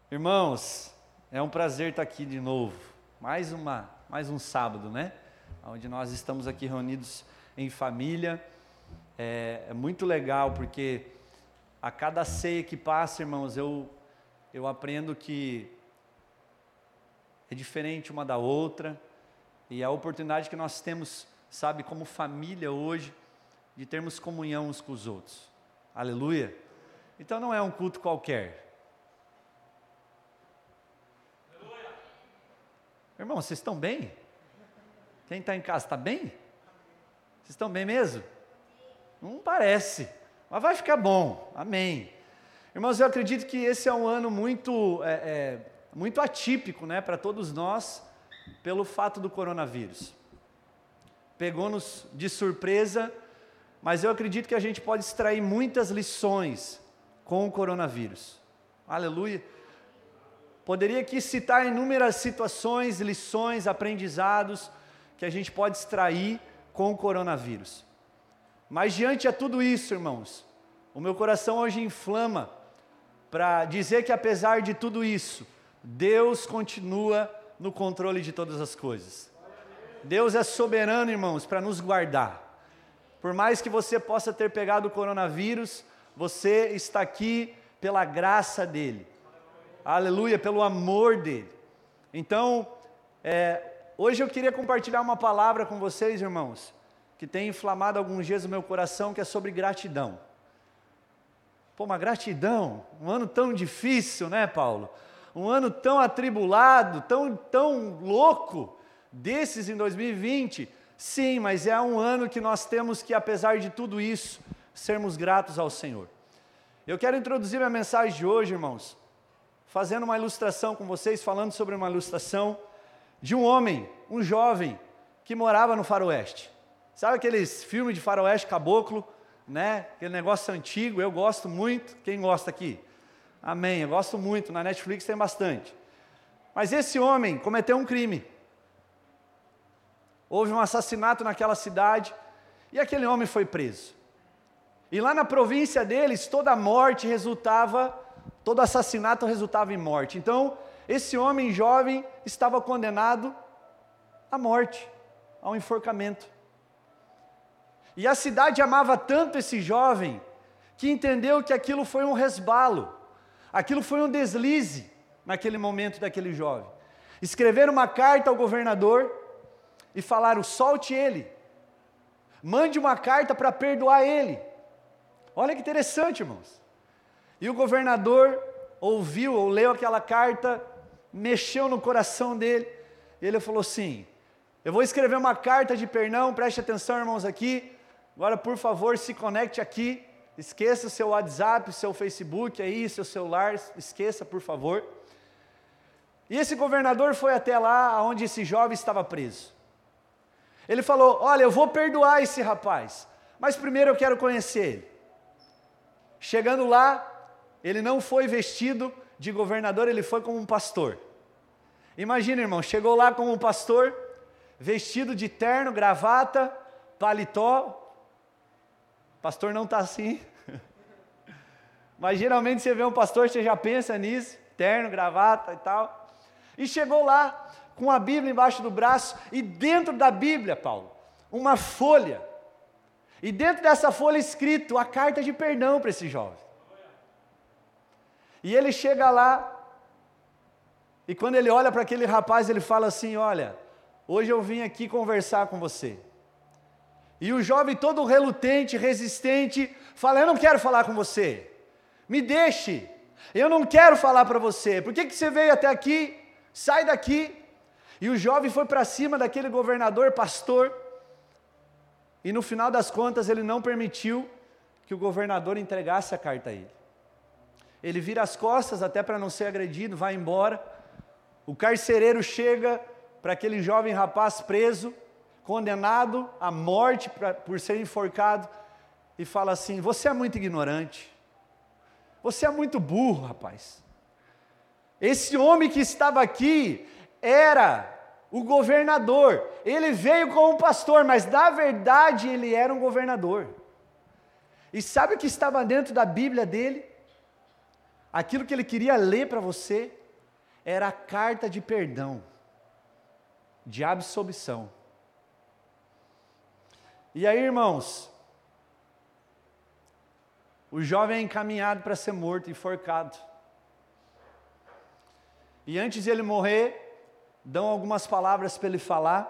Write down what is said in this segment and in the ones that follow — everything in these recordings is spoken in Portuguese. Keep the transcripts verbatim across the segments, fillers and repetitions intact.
Irmãos, é um prazer estar aqui de novo, mais, uma, mais um sábado, né? Onde nós estamos aqui reunidos em família. É, é muito legal, porque a cada ceia que passa, irmãos, eu, eu aprendo que é diferente uma da outra, e a oportunidade que nós temos, sabe, como família hoje, de termos comunhão uns com os outros. Aleluia! Então não é um culto qualquer. Irmão, vocês estão bem? Quem está em casa está bem? Vocês estão bem mesmo? Não parece, mas vai ficar bom, amém. Irmãos, eu acredito que esse é um ano muito, é, é, muito atípico, né, para todos nós, pelo fato do coronavírus. Pegou-nos de surpresa, mas eu acredito que a gente pode extrair muitas lições com o coronavírus. Aleluia. Poderia aqui citar inúmeras situações, lições, aprendizados que a gente pode extrair com o coronavírus. Mas diante de tudo isso, irmãos, o meu coração hoje inflama para dizer que apesar de tudo isso, Deus continua no controle de todas as coisas. Deus é soberano, irmãos, para nos guardar. Por mais que você possa ter pegado o coronavírus, você está aqui pela graça dEle. Aleluia, pelo amor dEle. Então, é, hoje eu queria compartilhar uma palavra com vocês, irmãos, que tem inflamado alguns dias o meu coração, que é sobre gratidão. Pô, uma gratidão, um ano tão difícil, né, Paulo? Um ano tão atribulado, tão, tão louco, desses em dois mil e vinte. Sim, mas é um ano que nós temos que, apesar de tudo isso, sermos gratos ao Senhor. Eu quero introduzir minha mensagem de hoje, irmãos, fazendo uma ilustração com vocês, falando sobre uma ilustração de um homem, um jovem, que morava no faroeste. Sabe aqueles filmes de faroeste caboclo, né? Aquele negócio antigo, eu gosto muito. Quem gosta aqui? Amém, eu gosto muito, na Netflix tem bastante. Mas esse homem cometeu um crime. Houve um assassinato naquela cidade, e aquele homem foi preso. E lá na província deles, toda morte resultava, todo assassinato resultava em morte. Então, esse homem jovem estava condenado à morte, ao enforcamento. E a cidade amava tanto esse jovem, que entendeu que aquilo foi um resbalo, aquilo foi um deslize, naquele momento daquele jovem. Escreveram uma carta ao governador, e falaram, solte ele, mande uma carta para perdoar ele. Olha que interessante, irmãos. E o governador ouviu, ou leu aquela carta, mexeu no coração dele, e ele falou assim, eu vou escrever uma carta de perdão, preste atenção, irmãos, aqui. Agora, por favor, se conecte aqui, esqueça o seu WhatsApp, o seu Facebook aí, seu celular, esqueça, por favor. E esse governador foi até lá, onde esse jovem estava preso. Ele falou, olha, eu vou perdoar esse rapaz, mas primeiro eu quero conhecer ele. Chegando lá, ele não foi vestido de governador, ele foi como um pastor. Imagina, irmão, chegou lá como um pastor, vestido de terno, gravata, paletó. Pastor não está assim. Mas geralmente você vê um pastor, você já pensa nisso, terno, gravata e tal. E chegou lá com a Bíblia embaixo do braço, e dentro da Bíblia, Paulo, uma folha. E dentro dessa folha escrito a carta de perdão para esse jovem. E ele chega lá, e quando ele olha para aquele rapaz, ele fala assim, olha, hoje eu vim aqui conversar com você. E o jovem todo relutante, resistente, fala, eu não quero falar com você, me deixe, eu não quero falar para você, por que, que você veio até aqui? Sai daqui. E o jovem foi para cima daquele governador, pastor, e no final das contas ele não permitiu que o governador entregasse a carta a ele. Ele vira as costas até para não ser agredido, vai embora. O carcereiro chega para aquele jovem rapaz preso, condenado à morte pra, por ser enforcado, e fala assim, você é muito ignorante, você é muito burro, rapaz. Esse homem que estava aqui era o governador, ele veio como pastor, mas na verdade ele era um governador. E sabe o que estava dentro da Bíblia dele? aquilo que ele queria ler para você era a carta de perdão, de absolvição. E aí, irmãos, o jovem é encaminhado para ser morto, enforcado. E antes de ele morrer, dão algumas palavras para ele falar.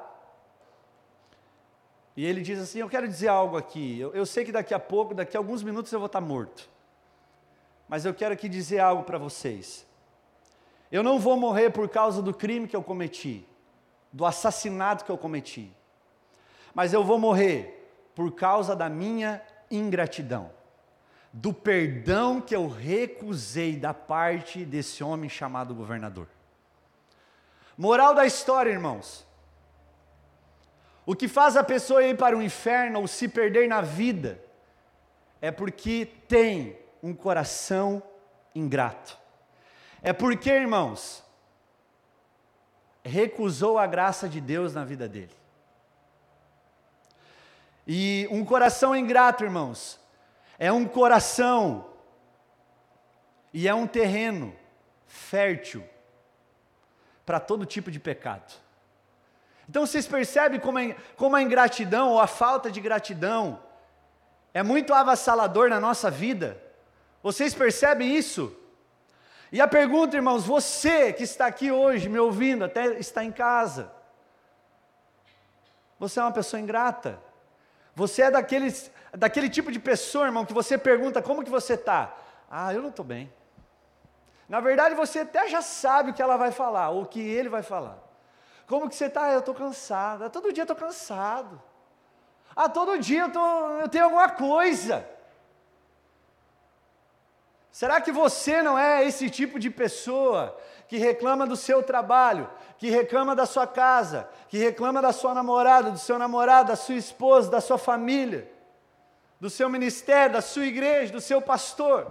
E ele diz assim, eu quero dizer algo aqui, eu, eu sei que daqui a pouco, daqui a alguns minutos eu vou estar morto. Mas eu quero aqui dizer algo para vocês. Eu não vou morrer por causa do crime que eu cometi, do assassinato que eu cometi. Mas eu vou morrer por causa da minha ingratidão, do perdão que eu recusei da parte desse homem chamado governador. Moral da história, irmãos. O que faz a pessoa ir para o inferno ou se perder na vida é porque tem um coração ingrato. É porque, irmãos, recusou a graça de Deus na vida dele. E um coração ingrato, irmãos, é um coração e é um terreno fértil para todo tipo de pecado. Então vocês percebem como a, como a ingratidão ou a falta de gratidão é muito avassalador na nossa vida? Vocês percebem isso? E a pergunta, irmãos, você que está aqui hoje me ouvindo, até está em casa, você é uma pessoa ingrata? Você é daqueles, daquele tipo de pessoa, irmão, que você pergunta, como que você está? Ah, eu não estou bem. Na verdade, você até já sabe o que ela vai falar, ou o que ele vai falar. Como que você está? Ah, eu estou cansado. Ah, todo dia eu estou cansado. Ah, todo dia eu, tô, eu tenho alguma coisa. Será que você não é esse tipo de pessoa que reclama do seu trabalho, que reclama da sua casa, que reclama da sua namorada, do seu namorado, da sua esposa, da sua família, do seu ministério, da sua igreja, do seu pastor?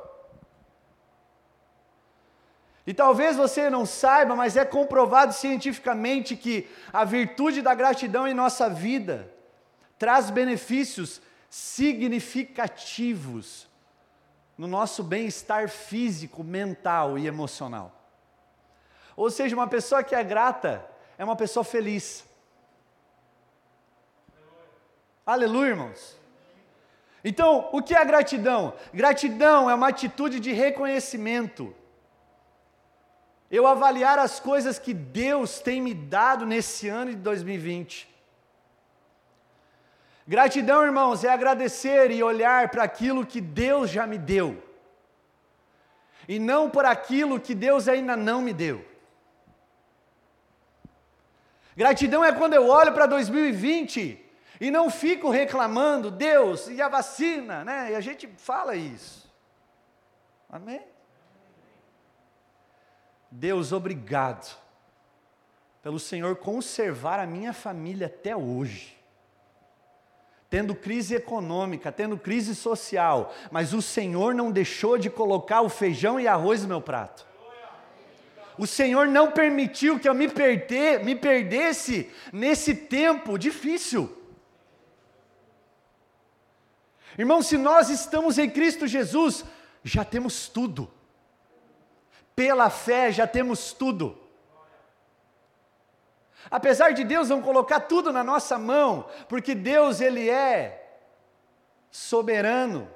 E talvez você não saiba, mas é comprovado cientificamente que a virtude da gratidão em nossa vida traz benefícios significativos no nosso bem-estar físico, mental e emocional. Ou seja, uma pessoa que é grata é uma pessoa feliz. Aleluia, irmãos. Então, o que é a gratidão? Gratidão é uma atitude de reconhecimento. Eu avaliar as coisas que Deus tem me dado nesse ano de dois mil e vinte. Gratidão, irmãos, é agradecer e olhar para aquilo que Deus já me deu, e não por aquilo que Deus ainda não me deu. Gratidão é quando eu olho para dois mil e vinte e não fico reclamando, Deus, e a vacina, né? E a gente fala isso. Amém? Deus, obrigado pelo Senhor conservar a minha família até hoje, tendo crise econômica, tendo crise social, mas o Senhor não deixou de colocar o feijão e arroz no meu prato. O Senhor não permitiu que eu me, perder, me perdesse nesse tempo difícil. Irmão, se nós estamos em Cristo Jesus, já temos tudo. Pela fé já temos tudo. Apesar de Deus não colocar tudo na nossa mão, porque Deus, Ele é soberano,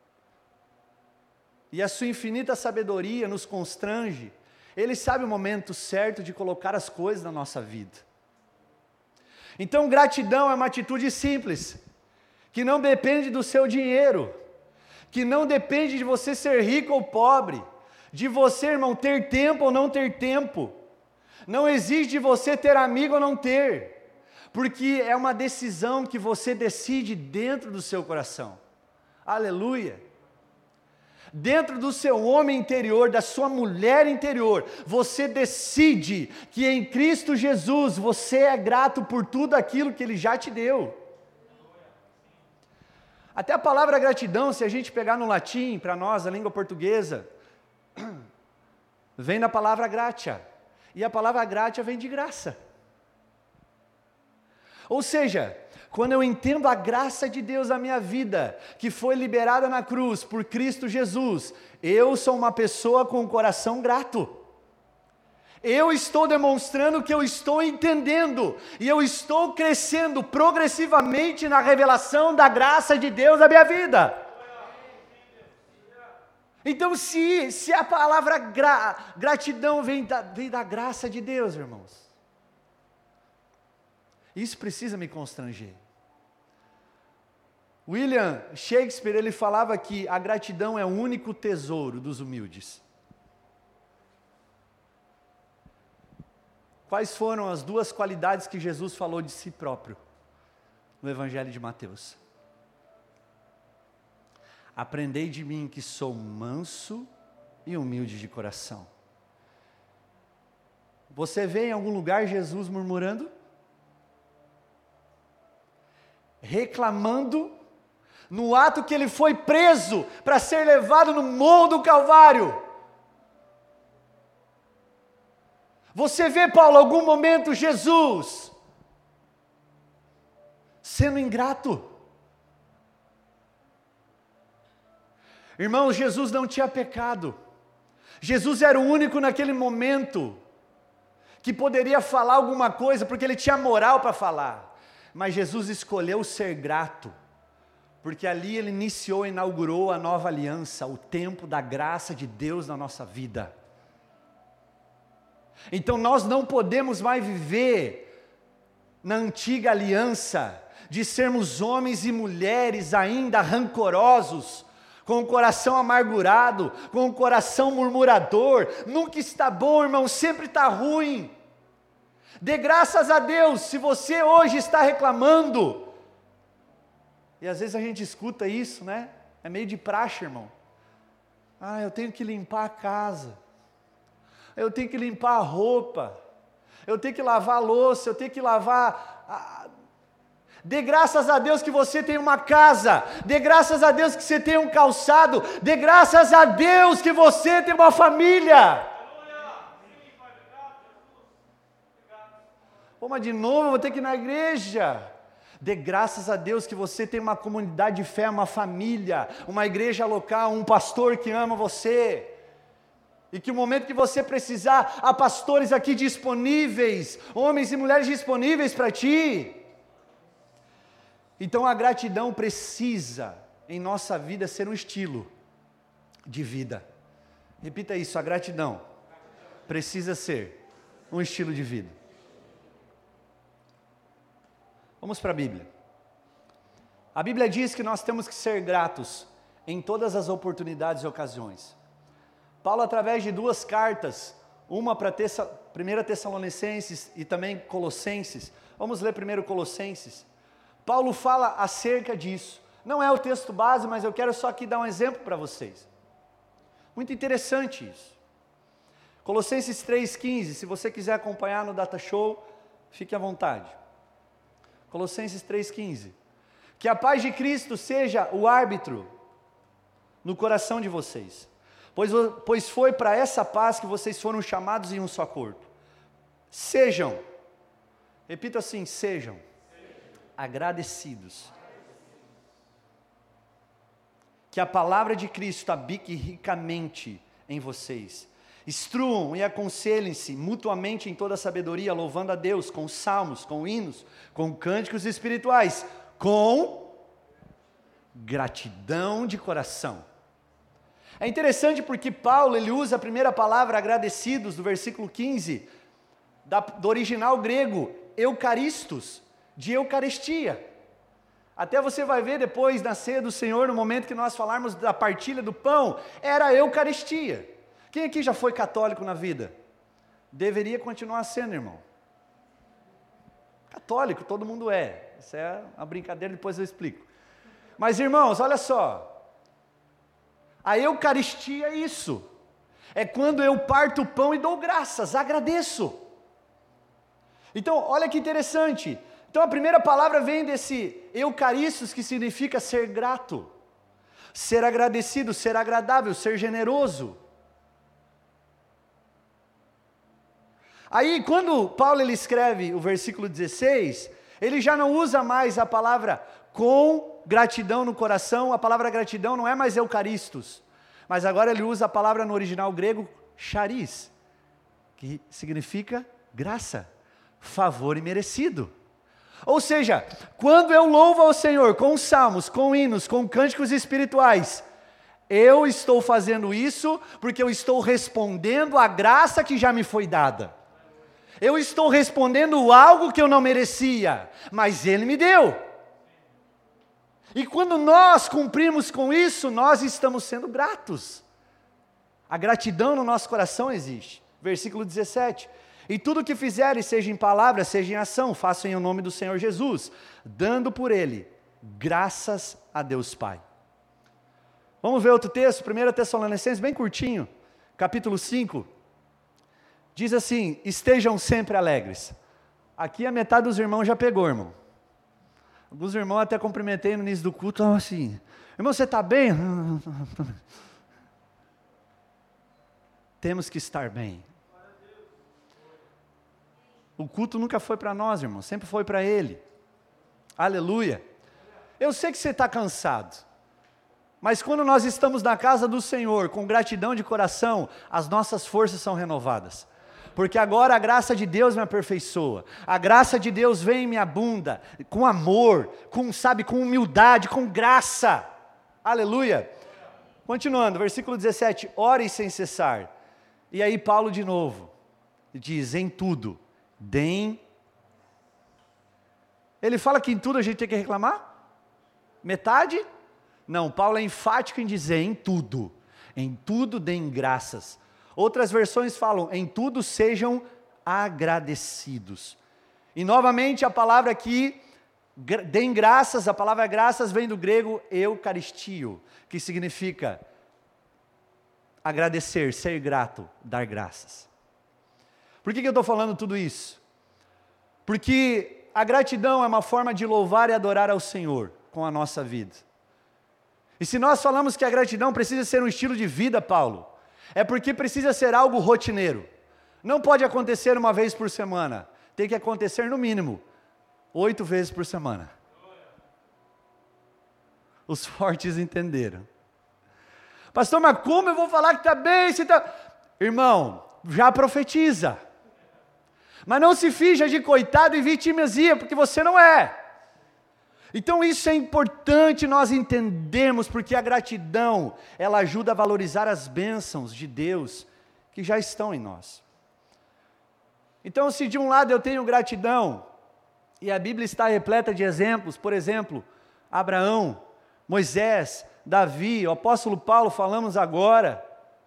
e a sua infinita sabedoria nos constrange, Ele sabe o momento certo de colocar as coisas na nossa vida. Então, gratidão é uma atitude simples, que não depende do seu dinheiro, que não depende de você ser rico ou pobre, de você, irmão, ter tempo ou não ter tempo, não exige de você ter amigo ou não ter, porque é uma decisão que você decide dentro do seu coração. Aleluia! Dentro do seu homem interior, da sua mulher interior, você decide que em Cristo Jesus você é grato por tudo aquilo que Ele já te deu. Até a palavra gratidão, se a gente pegar no latim, para nós, a língua portuguesa, vem da palavra gratia, e a palavra gratia vem de graça. Ou seja, quando eu entendo a graça de Deus na minha vida, que foi liberada na cruz por Cristo Jesus, eu sou uma pessoa com um coração grato. Eu estou demonstrando que eu estou entendendo, e eu estou crescendo progressivamente na revelação da graça de Deus na minha vida. Então, se, se a palavra gra, gratidão vem da, vem da graça de Deus, irmãos, isso precisa me constranger. William Shakespeare, ele falava que a gratidão é o único tesouro dos humildes. Quais foram as duas qualidades que Jesus falou de si próprio no Evangelho de Mateus? Aprendei de mim que sou manso e humilde de coração. Você vê em algum lugar Jesus murmurando? Reclamando? No ato que ele foi preso para ser levado no morro do Calvário. Você vê, Paulo, algum momento Jesus sendo ingrato? Irmãos, Jesus não tinha pecado. Jesus era o único naquele momento que poderia falar alguma coisa, porque ele tinha moral para falar. Mas Jesus escolheu ser grato, porque ali ele iniciou, inaugurou a nova aliança, o tempo da graça de Deus na nossa vida. Então nós não podemos mais viver na antiga aliança, de sermos homens e mulheres ainda rancorosos, com o coração amargurado, com o coração murmurador. Nunca está bom, irmão, sempre está ruim. Dê graças a Deus se você hoje está reclamando. E às vezes a gente escuta isso, né? É meio de praxe, irmão. Ah, eu tenho que limpar a casa. Eu tenho que limpar a roupa. Eu tenho que lavar a louça. Eu tenho que lavar... A... Dê graças a Deus que você tem uma casa. Dê graças a Deus que você tem um calçado. Dê graças a Deus que você tem uma família. Pô, mas de novo eu vou ter que ir na igreja. Dê graças a Deus que você tem uma comunidade de fé, uma família, uma igreja local, um pastor que ama você. E que o momento que você precisar, há pastores aqui disponíveis, homens e mulheres disponíveis para ti. Então a gratidão precisa, em nossa vida, ser um estilo de vida. Repita isso, a gratidão precisa ser um estilo de vida. Vamos para a Bíblia. A Bíblia diz que nós temos que ser gratos em todas as oportunidades e ocasiões. Paulo, através de duas cartas, uma para primeira Tessalonicenses e também Colossenses, vamos ler primeiro Colossenses. Paulo fala acerca disso. Não é o texto base, mas eu quero só aqui dar um exemplo para vocês. Muito interessante isso. Colossenses três, quinze, se você quiser acompanhar no Data Show, fique à vontade. Colossenses três, quinze. Que a paz de Cristo seja o árbitro no coração de vocês, pois, pois foi para essa paz que vocês foram chamados em um só corpo. Sejam, repita assim, sejam, sejam. agradecidos. Que a palavra de Cristo habite ricamente em vocês. Instruam e aconselhem-se mutuamente em toda sabedoria, louvando a Deus com salmos, com hinos, com cânticos espirituais, com gratidão de coração. É interessante porque Paulo, ele usa a primeira palavra agradecidos, do versículo quinze, da, do original grego, eucaristos, de eucaristia. Até você vai ver depois na ceia do Senhor, no momento que nós falarmos da partilha do pão, era a eucaristia. Quem aqui já foi católico na vida? Deveria continuar sendo, irmão. Católico, todo mundo é. Isso é uma brincadeira, depois eu explico. Mas, irmãos, olha só. A Eucaristia é isso. É quando eu parto o pão e dou graças, agradeço. Então, olha que interessante. Então, a primeira palavra vem desse eucaristos, que significa ser grato, ser agradecido, ser agradável, ser generoso. Aí, quando Paulo ele escreve o versículo dezesseis, Ele já não usa mais a palavra com gratidão no coração, a palavra gratidão não é mais eucaristos, mas agora ele usa a palavra no original grego charis, que significa graça, favor imerecido. Ou seja, quando eu louvo ao Senhor com salmos, com hinos, com cânticos espirituais, eu estou fazendo isso porque eu estou respondendo à graça que já me foi dada. Eu estou respondendo algo que eu não merecia, mas Ele me deu. E quando nós cumprimos com isso, nós estamos sendo gratos. A gratidão no nosso coração existe. Versículo dezessete. E tudo o que fizerem, seja em palavra, seja em ação, façam em nome do Senhor Jesus, dando por Ele graças a Deus Pai. Vamos ver outro texto, primeira Tessalonicenses, bem curtinho, capítulo cinco. Diz assim, estejam sempre alegres. Aqui a metade dos irmãos já pegou, irmão. Alguns irmãos até cumprimentei no início do culto, assim, irmão, você está bem? Temos que estar bem. O culto nunca foi para nós, irmão, sempre foi para Ele. Aleluia. Eu sei que você está cansado, mas quando nós estamos na casa do Senhor, com gratidão de coração, as nossas forças são renovadas. Porque agora a graça de Deus me aperfeiçoa, a graça de Deus vem e me abunda, com amor, com, sabe, com humildade, com graça, aleluia. Continuando, versículo dezessete, orem sem cessar, e aí Paulo de novo, diz, em tudo, deem, ele fala que em tudo a gente tem que reclamar? Metade? Não, Paulo é enfático em dizer, em tudo, em tudo deem graças. Outras versões falam, em tudo sejam agradecidos. E novamente a palavra aqui, deem graças, a palavra graças vem do grego eucaristio, que significa agradecer, ser grato, dar graças. Por que que eu estou falando tudo isso? Porque a gratidão é uma forma de louvar e adorar ao Senhor com a nossa vida. E se nós falamos que a gratidão precisa ser um estilo de vida, Paulo, é porque precisa ser algo rotineiro. Não pode acontecer uma vez por semana. Tem que acontecer no mínimo oito vezes por semana. Os fortes entenderam. Pastor, mas como eu vou falar que está bem? Se tá... Irmão, já profetiza. Mas não se finja de coitado e vitimasia, porque você não é. Então isso é importante nós entendermos, porque a gratidão, ela ajuda a valorizar as bênçãos de Deus que já estão em nós. Então se de um lado eu tenho gratidão, e a Bíblia está repleta de exemplos, por exemplo, Abraão, Moisés, Davi, o apóstolo Paulo, falamos agora,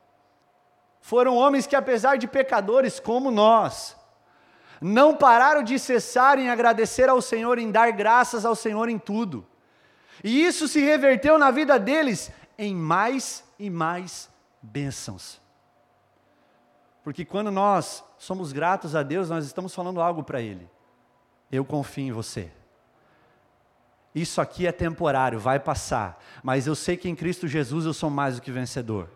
foram homens que apesar de pecadores como nós, não pararam de cessar em agradecer ao Senhor, em dar graças ao Senhor em tudo. E isso se reverteu na vida deles em mais e mais bênçãos. Porque quando nós somos gratos a Deus, nós estamos falando algo para Ele. Eu confio em você. Isso aqui é temporário, vai passar. Mas eu sei que em Cristo Jesus eu sou mais do que vencedor.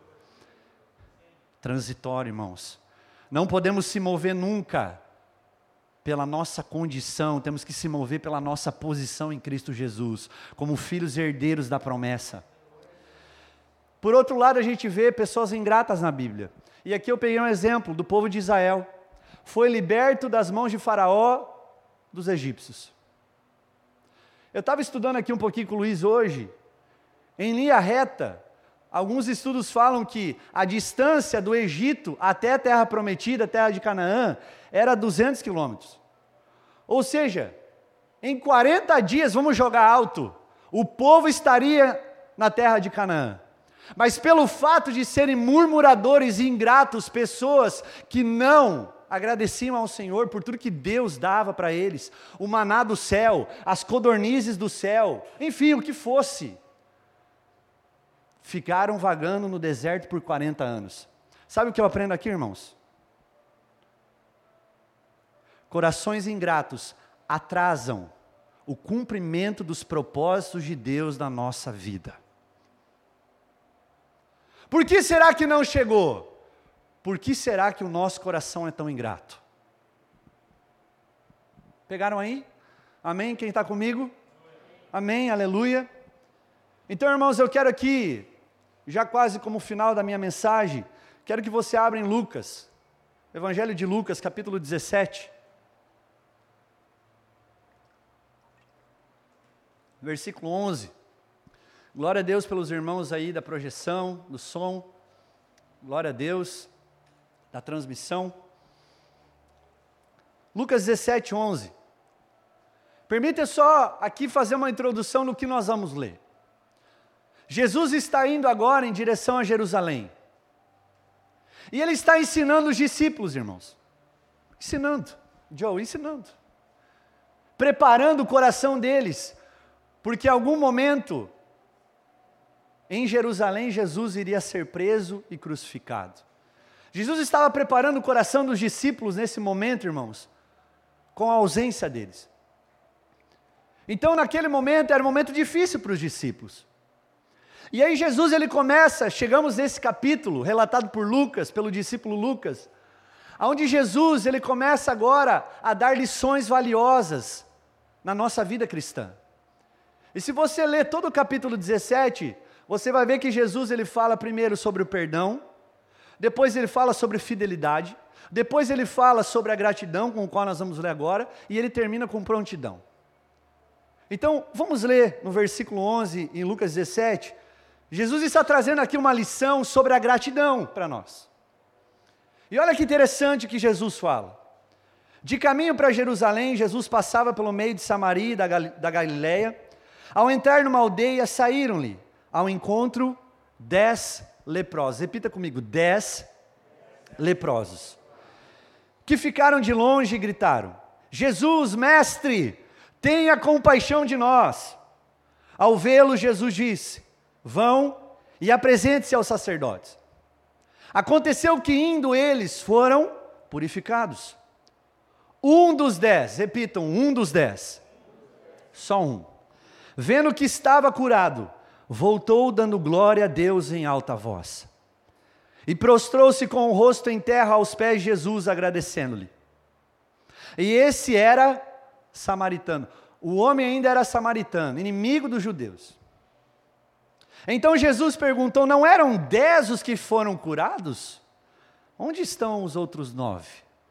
Transitório, irmãos. Não podemos se mover nunca pela nossa condição, temos que se mover pela nossa posição em Cristo Jesus, como filhos herdeiros da promessa. Por outro lado, a gente vê pessoas ingratas na Bíblia. E aqui eu peguei um exemplo do povo de Israel. Foi liberto das mãos de Faraó, dos egípcios. Eu estava estudando aqui um pouquinho com o Luiz hoje, em linha reta, alguns estudos falam que a distância do Egito até a terra prometida, a terra de Canaã, era duzentos quilômetros. Ou seja, em quarenta dias, vamos jogar alto, o povo estaria na terra de Canaã. Mas pelo fato de serem murmuradores e ingratos, pessoas que não agradeciam ao Senhor por tudo que Deus dava para eles, o maná do céu, as codornizes do céu, enfim, o que fosse, ficaram vagando no deserto por quarenta anos. Sabe o que eu aprendo aqui, irmãos? Corações ingratos atrasam o cumprimento dos propósitos de Deus na nossa vida. Por que será que não chegou? Por que será que o nosso coração é tão ingrato? Pegaram aí? Amém? Quem está comigo? Amém, aleluia. Então, irmãos, eu quero aqui, já quase como final da minha mensagem, quero que você abra em Lucas, Evangelho de Lucas, capítulo dezessete. Versículo onze. Glória a Deus pelos irmãos aí da projeção, do som. Glória a Deus, da transmissão. Lucas dezessete, onze. Permita só aqui fazer uma introdução no que nós vamos ler. Jesus está indo agora em direção a Jerusalém. E ele está ensinando os discípulos, irmãos. Ensinando. Joe, ensinando. Preparando o coração deles. Porque em algum momento, em Jerusalém, Jesus iria ser preso e crucificado. Jesus estava preparando o coração dos discípulos nesse momento, irmãos, com a ausência deles. Então, naquele momento, era um momento difícil para os discípulos. E aí Jesus, ele começa, chegamos nesse capítulo, relatado por Lucas, pelo discípulo Lucas, onde Jesus, ele começa agora a dar lições valiosas na nossa vida cristã. E se você ler todo o capítulo dezessete, você vai ver que Jesus, ele fala primeiro sobre o perdão, depois ele fala sobre fidelidade, depois ele fala sobre a gratidão, com o qual nós vamos ler agora, e ele termina com prontidão. Então, vamos ler no versículo onze, em Lucas dezessete, Jesus está trazendo aqui uma lição sobre a gratidão para nós. E olha que interessante que Jesus fala. De caminho para Jerusalém, Jesus passava pelo meio de Samaria e da, Gal- da Galileia. Ao entrar numa aldeia, saíram-lhe ao encontro dez leprosos. Repita comigo, dez leprosos. Que ficaram de longe e gritaram: Jesus, mestre, tenha compaixão de nós. Ao vê-lo, Jesus disse: vão e apresente-se aos sacerdotes. Aconteceu que indo eles foram purificados. Um dos dez, repitam, um dos dez, só um, vendo que estava curado, voltou dando glória a Deus em alta voz. E prostrou-se com o rosto em terra aos pés de Jesus, agradecendo-lhe. E esse era samaritano. O homem ainda era samaritano, inimigo dos judeus. Então Jesus perguntou: não eram dez os que foram curados? Onde estão os outros nove?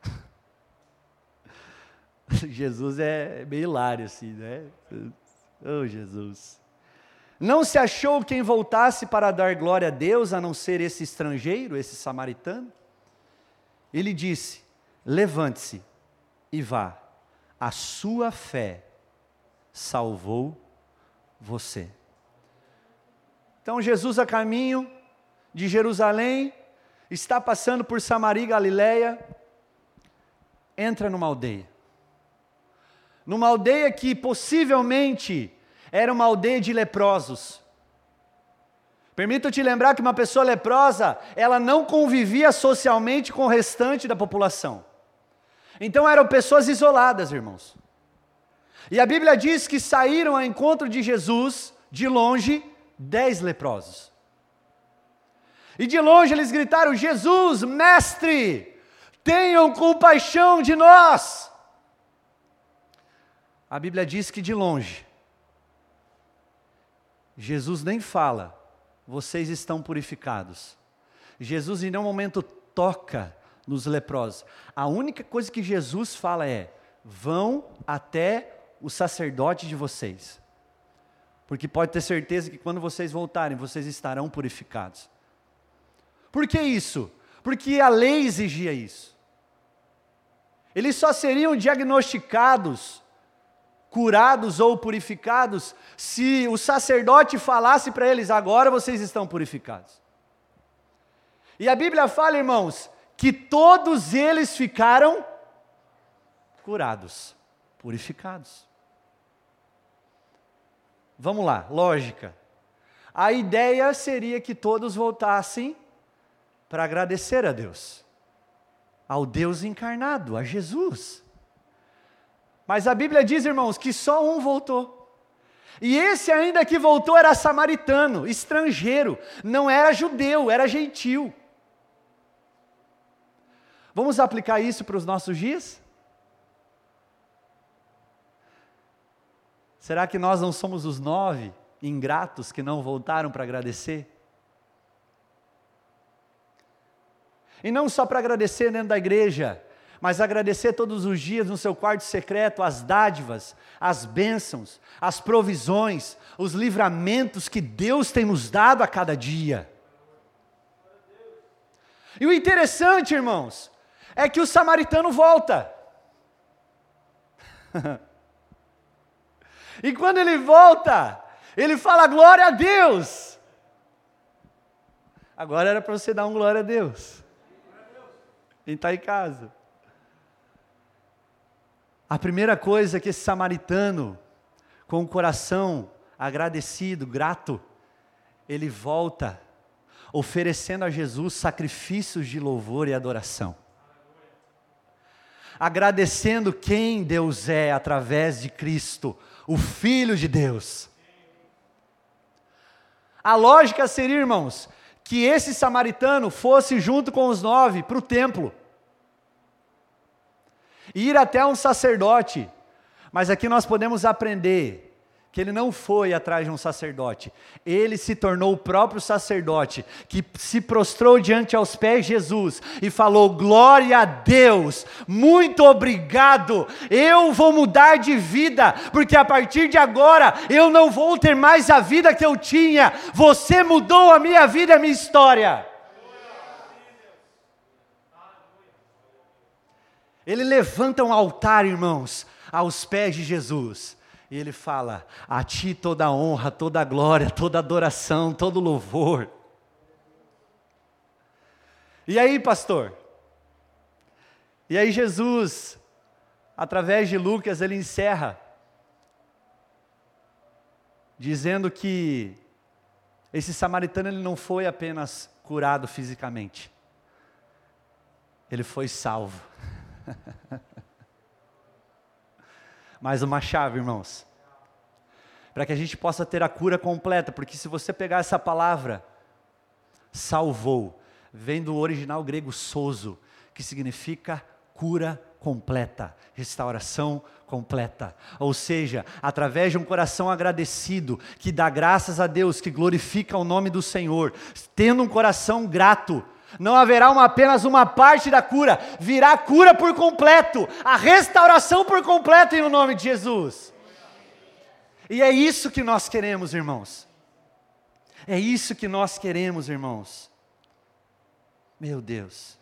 Jesus é meio hilário assim, né? Oh, Jesus. Não se achou quem voltasse para dar glória a Deus, a não ser esse estrangeiro, esse samaritano? Ele disse: levante-se e vá, a sua fé salvou você. Então Jesus, a caminho de Jerusalém, está passando por Samaria e Galileia, entra numa aldeia. Numa aldeia que possivelmente era uma aldeia de leprosos. Permito te lembrar que uma pessoa leprosa, ela não convivia socialmente com o restante da população. Então eram pessoas isoladas, irmãos. E a Bíblia diz que saíram ao encontro de Jesus, de longe, dez leprosos. E de longe eles gritaram: Jesus, mestre, tenham compaixão de nós. A Bíblia diz que de longe, Jesus nem fala: vocês estão purificados. Jesus em nenhum momento toca nos leprosos. A única coisa que Jesus fala é: vão até o sacerdote de vocês. Porque pode ter certeza que quando vocês voltarem, vocês estarão purificados. Por que isso? Porque a lei exigia isso. Eles só seriam diagnosticados, curados ou purificados, se o sacerdote falasse para eles: agora vocês estão purificados. E a Bíblia fala, irmãos, que todos eles ficaram curados, purificados. Vamos lá, lógica. A ideia seria que todos voltassem para agradecer a Deus, ao Deus encarnado, a Jesus. Mas a Bíblia diz, irmãos, que só um voltou. E esse ainda que voltou era samaritano, estrangeiro, não era judeu, era gentil. Vamos aplicar isso para os nossos dias? Será que nós não somos os nove ingratos que não voltaram para agradecer? E não só para agradecer dentro da igreja, mas agradecer todos os dias no seu quarto secreto as dádivas, as bênçãos, as provisões, os livramentos que Deus tem nos dado a cada dia. E o interessante, irmãos, é que o samaritano volta. E quando ele volta, ele fala glória a Deus. Agora era para você dar um glória a Deus. Quem está em casa. A primeira coisa que esse samaritano, com o coração agradecido, grato, ele volta, oferecendo a Jesus sacrifícios de louvor e adoração. Agradecendo quem Deus é através de Cristo, o Filho de Deus. A lógica seria, irmãos, que esse samaritano fosse junto com os nove para o templo. Ir até um sacerdote. Mas aqui nós podemos aprender que ele não foi atrás de um sacerdote, ele se tornou o próprio sacerdote, que se prostrou diante aos pés de Jesus, e falou, glória a Deus, muito obrigado, eu vou mudar de vida, porque a partir de agora, eu não vou ter mais a vida que eu tinha, você mudou a minha vida e a minha história. Ele levanta um altar, irmãos, aos pés de Jesus, e ele fala, a ti toda a honra, toda a glória, toda a adoração, todo o louvor. E aí, pastor? E aí Jesus, através de Lucas, ele encerra, dizendo que esse samaritano ele não foi apenas curado fisicamente, ele foi salvo. Mais uma chave, irmãos, para que a gente possa ter a cura completa, porque se você pegar essa palavra, salvou, vem do original grego sozo, que significa cura completa, restauração completa, ou seja, através de um coração agradecido, que dá graças a Deus, que glorifica o nome do Senhor, tendo um coração grato, não haverá uma, apenas uma parte da cura, virá cura por completo, a restauração por completo em o nome de Jesus. E é isso que nós queremos, irmãos. É isso que nós queremos, irmãos. Meu Deus.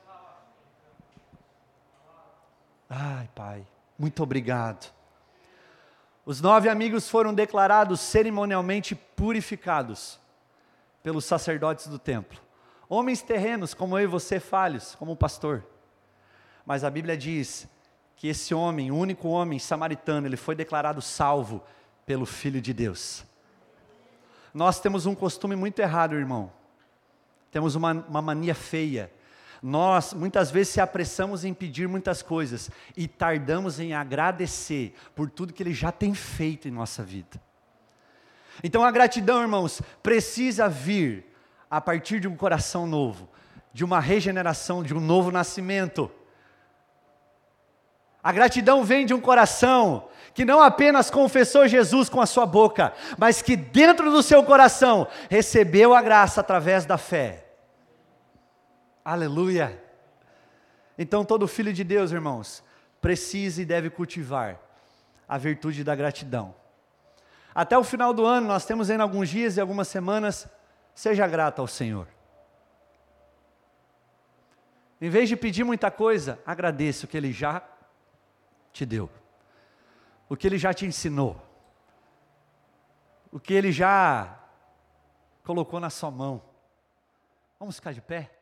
Ai, Pai, muito obrigado. Os nove amigos foram declarados cerimonialmente purificados pelos sacerdotes do templo. Homens terrenos, como eu e você, falhos, como o pastor. Mas a Bíblia diz que esse homem, o único homem samaritano, ele foi declarado salvo pelo Filho de Deus. Nós temos um costume muito errado, irmão. Temos uma, uma mania feia. Nós, muitas vezes, se apressamos em pedir muitas coisas e tardamos em agradecer por tudo que Ele já tem feito em nossa vida. Então a gratidão, irmãos, precisa vir a partir de um coração novo, de uma regeneração, de um novo nascimento. A gratidão vem de um coração que não apenas confessou Jesus com a sua boca, mas que dentro do seu coração recebeu a graça através da fé. Aleluia! Então todo filho de Deus, irmãos, precisa e deve cultivar a virtude da gratidão. Até o final do ano, nós temos ainda alguns dias e algumas semanas. Seja grato ao Senhor. Em vez de pedir muita coisa, agradeça o que Ele já te deu, o que Ele já te ensinou, o que Ele já colocou na sua mão. Vamos ficar de pé?